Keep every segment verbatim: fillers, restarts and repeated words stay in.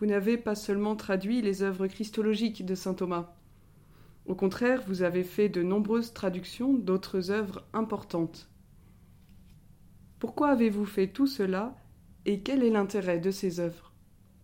vous n'avez pas seulement traduit les œuvres christologiques de saint Thomas. Au contraire, vous avez fait de nombreuses traductions d'autres œuvres importantes. Pourquoi avez-vous fait tout cela et quel est l'intérêt de ces œuvres ?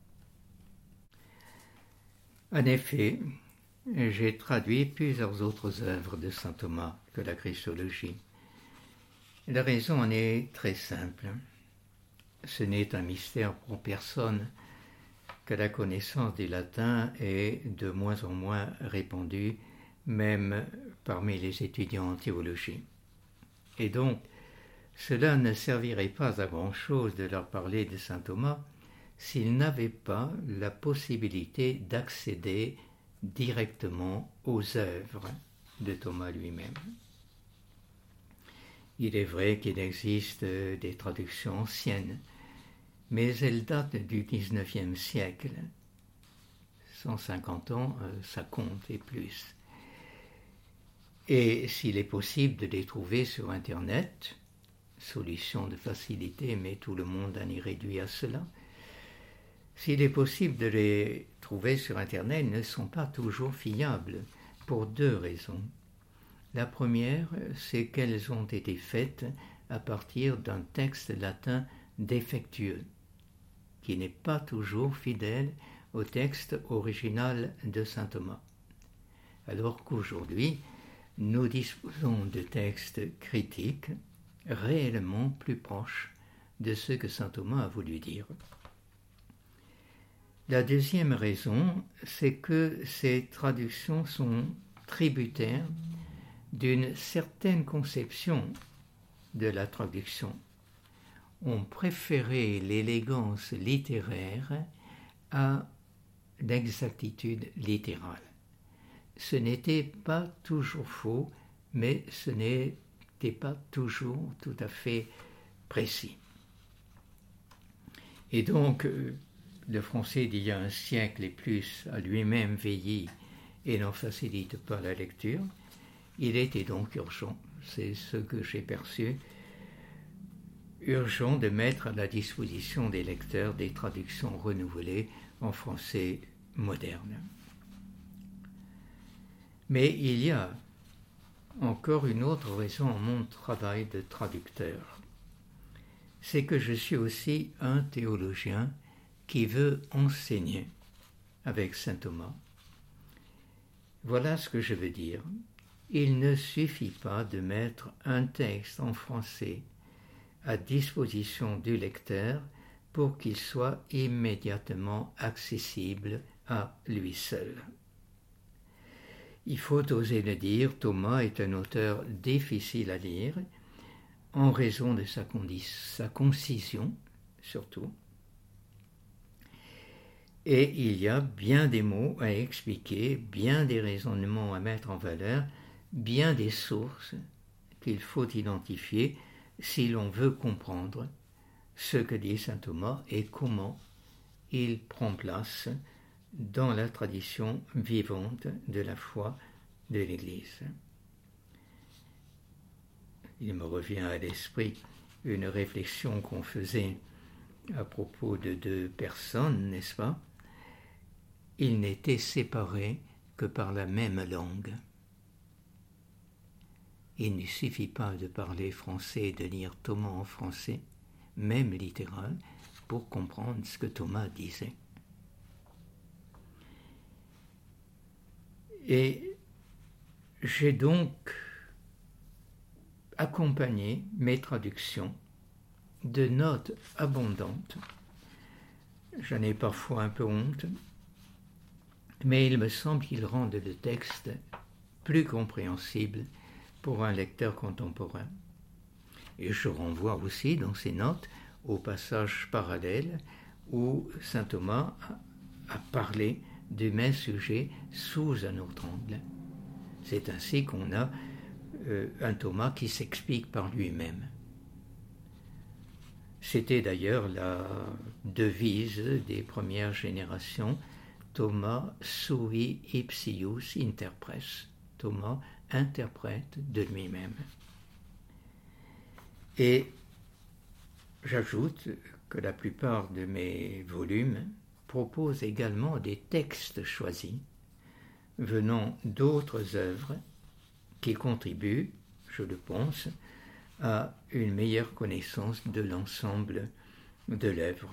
En effet, j'ai traduit plusieurs autres œuvres de saint Thomas que la Christologie. La raison en est très simple. Ce n'est un mystère pour personne que la connaissance du latin est de moins en moins répandue, même parmi les étudiants en théologie. Et donc, cela ne servirait pas à grand-chose de leur parler de saint Thomas s'ils n'avaient pas la possibilité d'accéder directement aux œuvres de Thomas lui-même. Il est vrai qu'il existe des traductions anciennes, mais elles datent du dix-neuvième siècle. cent cinquante ans, ça compte et plus. Et s'il est possible de les trouver sur Internet, solution de facilité, mais tout le monde en est réduit à cela, s'il est possible de les trouver sur Internet, ils ne sont pas toujours fiables, pour deux raisons. La première, c'est qu'elles ont été faites à partir d'un texte latin défectueux, qui n'est pas toujours fidèle au texte original de saint Thomas. Alors qu'aujourd'hui, nous disposons de textes critiques réellement plus proches de ce que saint Thomas a voulu dire. La deuxième raison, c'est que ces traductions sont tributaires d'une certaine conception de la traduction. On préférait l'élégance littéraire à l'exactitude littérale. Ce n'était pas toujours faux, mais ce n'était pas toujours tout à fait précis. Et donc, le français d'il y a un siècle et plus a lui-même vieilli et n'en facilite pas la lecture. Il était donc urgent, c'est ce que j'ai perçu, urgent de mettre à la disposition des lecteurs des traductions renouvelées en français moderne. Mais il y a encore une autre raison à mon travail de traducteur. C'est que je suis aussi un théologien qui veut enseigner avec saint Thomas. Voilà ce que je veux dire. Il ne suffit pas de mettre un texte en français à disposition du lecteur pour qu'il soit immédiatement accessible à lui seul. Il faut oser le dire, Thomas est un auteur difficile à lire en raison de sa, condi- sa concision, surtout. Et il y a bien des mots à expliquer, bien des raisonnements à mettre en valeur, bien des sources qu'il faut identifier si l'on veut comprendre ce que dit saint Thomas et comment il prend place dans la tradition vivante de la foi de l'Église. Il me revient à l'esprit une réflexion qu'on faisait à propos de deux personnes, n'est-ce pas ? Ils n'étaient séparés que par la même langue. Il ne suffit pas de parler français et de lire Thomas en français, même littéral, pour comprendre ce que Thomas disait. Et j'ai donc accompagné mes traductions de notes abondantes. J'en ai parfois un peu honte, mais il me semble qu'ils rendent le texte plus compréhensible pour un lecteur contemporain. Et je renvoie aussi dans ces notes au passage parallèle où saint Thomas a parlé du même sujet sous un autre angle. C'est ainsi qu'on a euh, un Thomas qui s'explique par lui-même. C'était d'ailleurs la devise des premières générations, Thomas sui ipsius interpres, Thomas interprète de lui-même. Et j'ajoute que la plupart de mes volumes propose également des textes choisis venant d'autres œuvres qui contribuent, je le pense, à une meilleure connaissance de l'ensemble de l'œuvre.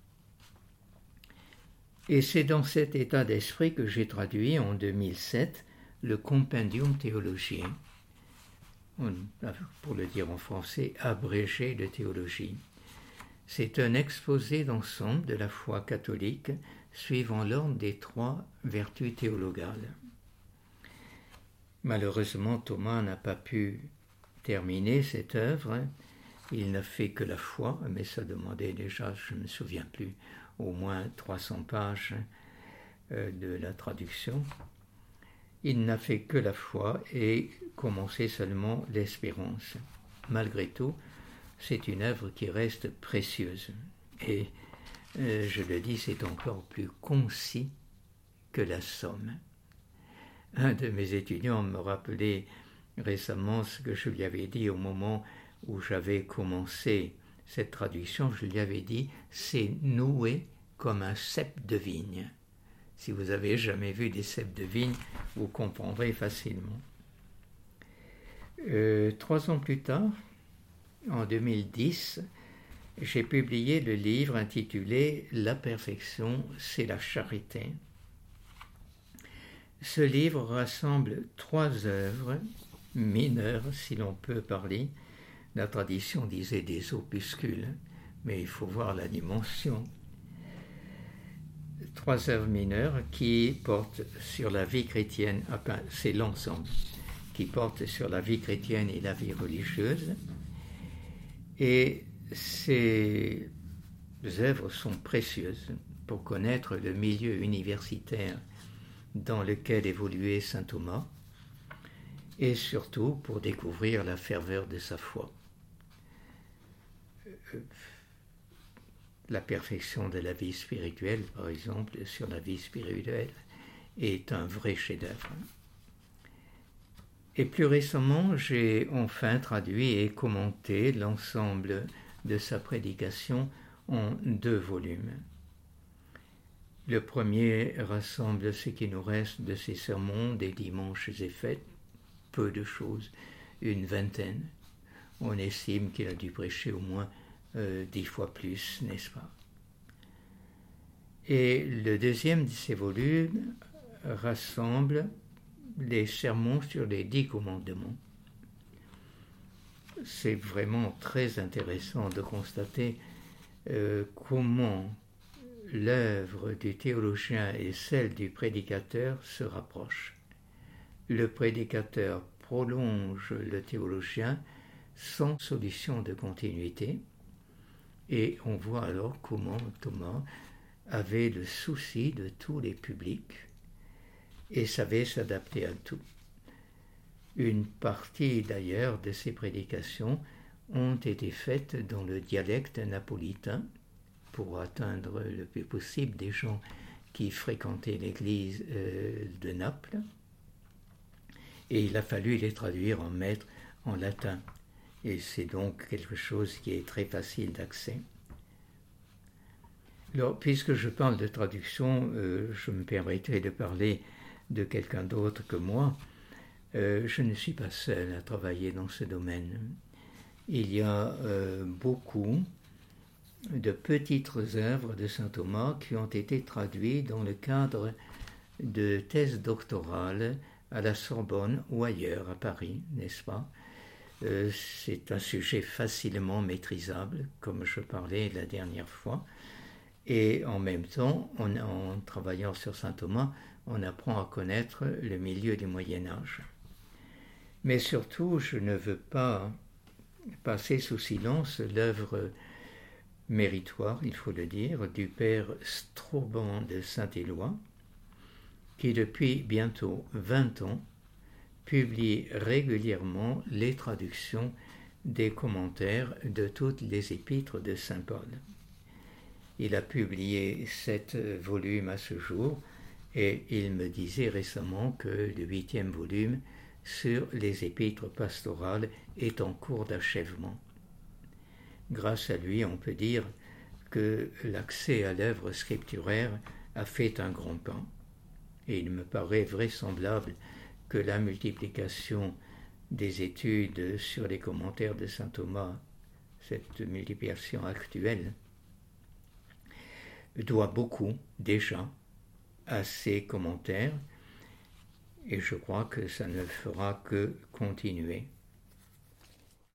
Et c'est dans cet état d'esprit que j'ai traduit en deux mille sept le Compendium Theologiae, pour le dire en français, abrégé de théologie. C'est un exposé d'ensemble de la foi catholique suivant l'ordre des trois vertus théologales. Malheureusement, Thomas n'a pas pu terminer cette œuvre. Il n'a fait que la foi, mais ça demandait déjà, je ne me souviens plus, au moins trois cents pages de la traduction. Il n'a fait que la foi et commencé seulement l'espérance. Malgré tout, c'est une œuvre qui reste précieuse. Et euh, je le dis, c'est encore plus concis que la Somme. Un de mes étudiants me rappelait récemment ce que je lui avais dit au moment où j'avais commencé cette traduction. Je lui avais dit, c'est noué comme un cep de vigne. Si vous avez jamais vu des ceps de vigne, vous comprendrez facilement. Euh, trois ans plus tard, en deux mille dix, j'ai publié le livre intitulé « La perfection, c'est la charité ». Ce livre rassemble trois œuvres mineures, si l'on peut parler. La tradition disait des opuscules, mais il faut voir la dimension. Trois œuvres mineures qui portent sur la vie chrétienne, enfin, c'est l'ensemble, qui portent sur la vie chrétienne et la vie religieuse. Et ces œuvres sont précieuses pour connaître le milieu universitaire dans lequel évoluait saint Thomas et surtout pour découvrir la ferveur de sa foi. La perfection de la vie spirituelle, par exemple, sur la vie spirituelle, est un vrai chef-d'œuvre. Et plus récemment, j'ai enfin traduit et commenté l'ensemble de sa prédication en deux volumes. Le premier rassemble ce qui nous reste de ses sermons des dimanches et fêtes, peu de choses, une vingtaine. On estime qu'il a dû prêcher au moins euh, dix fois plus, n'est-ce pas? Et le deuxième de ces volumes rassemble les sermons sur les dix commandements. C'est vraiment très intéressant de constater euh, comment l'œuvre du théologien et celle du prédicateur se rapprochent. Le prédicateur prolonge le théologien sans solution de continuité, et on voit alors comment Thomas avait le souci de tous les publics et savait s'adapter à tout. Une partie d'ailleurs de ses prédications ont été faites dans le dialecte napolitain pour atteindre le plus possible des gens qui fréquentaient l'église euh, de Naples, et il a fallu les traduire en maître en latin, et c'est donc quelque chose qui est très facile d'accès. Alors, puisque je parle de traduction, euh, je me permettrai de parler de quelqu'un d'autre que moi. Euh, je ne suis pas seul à travailler dans ce domaine. Il y a euh, beaucoup de petites œuvres de saint Thomas qui ont été traduites dans le cadre de thèses doctorales à la Sorbonne ou ailleurs, à Paris, n'est-ce pas? Euh, c'est un sujet facilement maîtrisable, comme je parlais la dernière fois, et en même temps, on, en travaillant sur saint Thomas, on apprend à connaître le milieu du Moyen-Âge. Mais surtout, je ne veux pas passer sous silence l'œuvre méritoire, il faut le dire, du père Strauban de Saint-Éloi, qui depuis bientôt vingt ans publie régulièrement les traductions des commentaires de toutes les épîtres de saint Paul. Il a publié sept volumes à ce jour, et il me disait récemment que le huitième volume sur les épîtres pastorales est en cours d'achèvement. Grâce à lui, on peut dire que l'accès à l'œuvre scripturaire a fait un grand pas, et il me paraît vraisemblable que la multiplication des études sur les commentaires de saint Thomas, cette multiplication actuelle, doit beaucoup déjà à ces commentaires, et je crois que ça ne fera que continuer.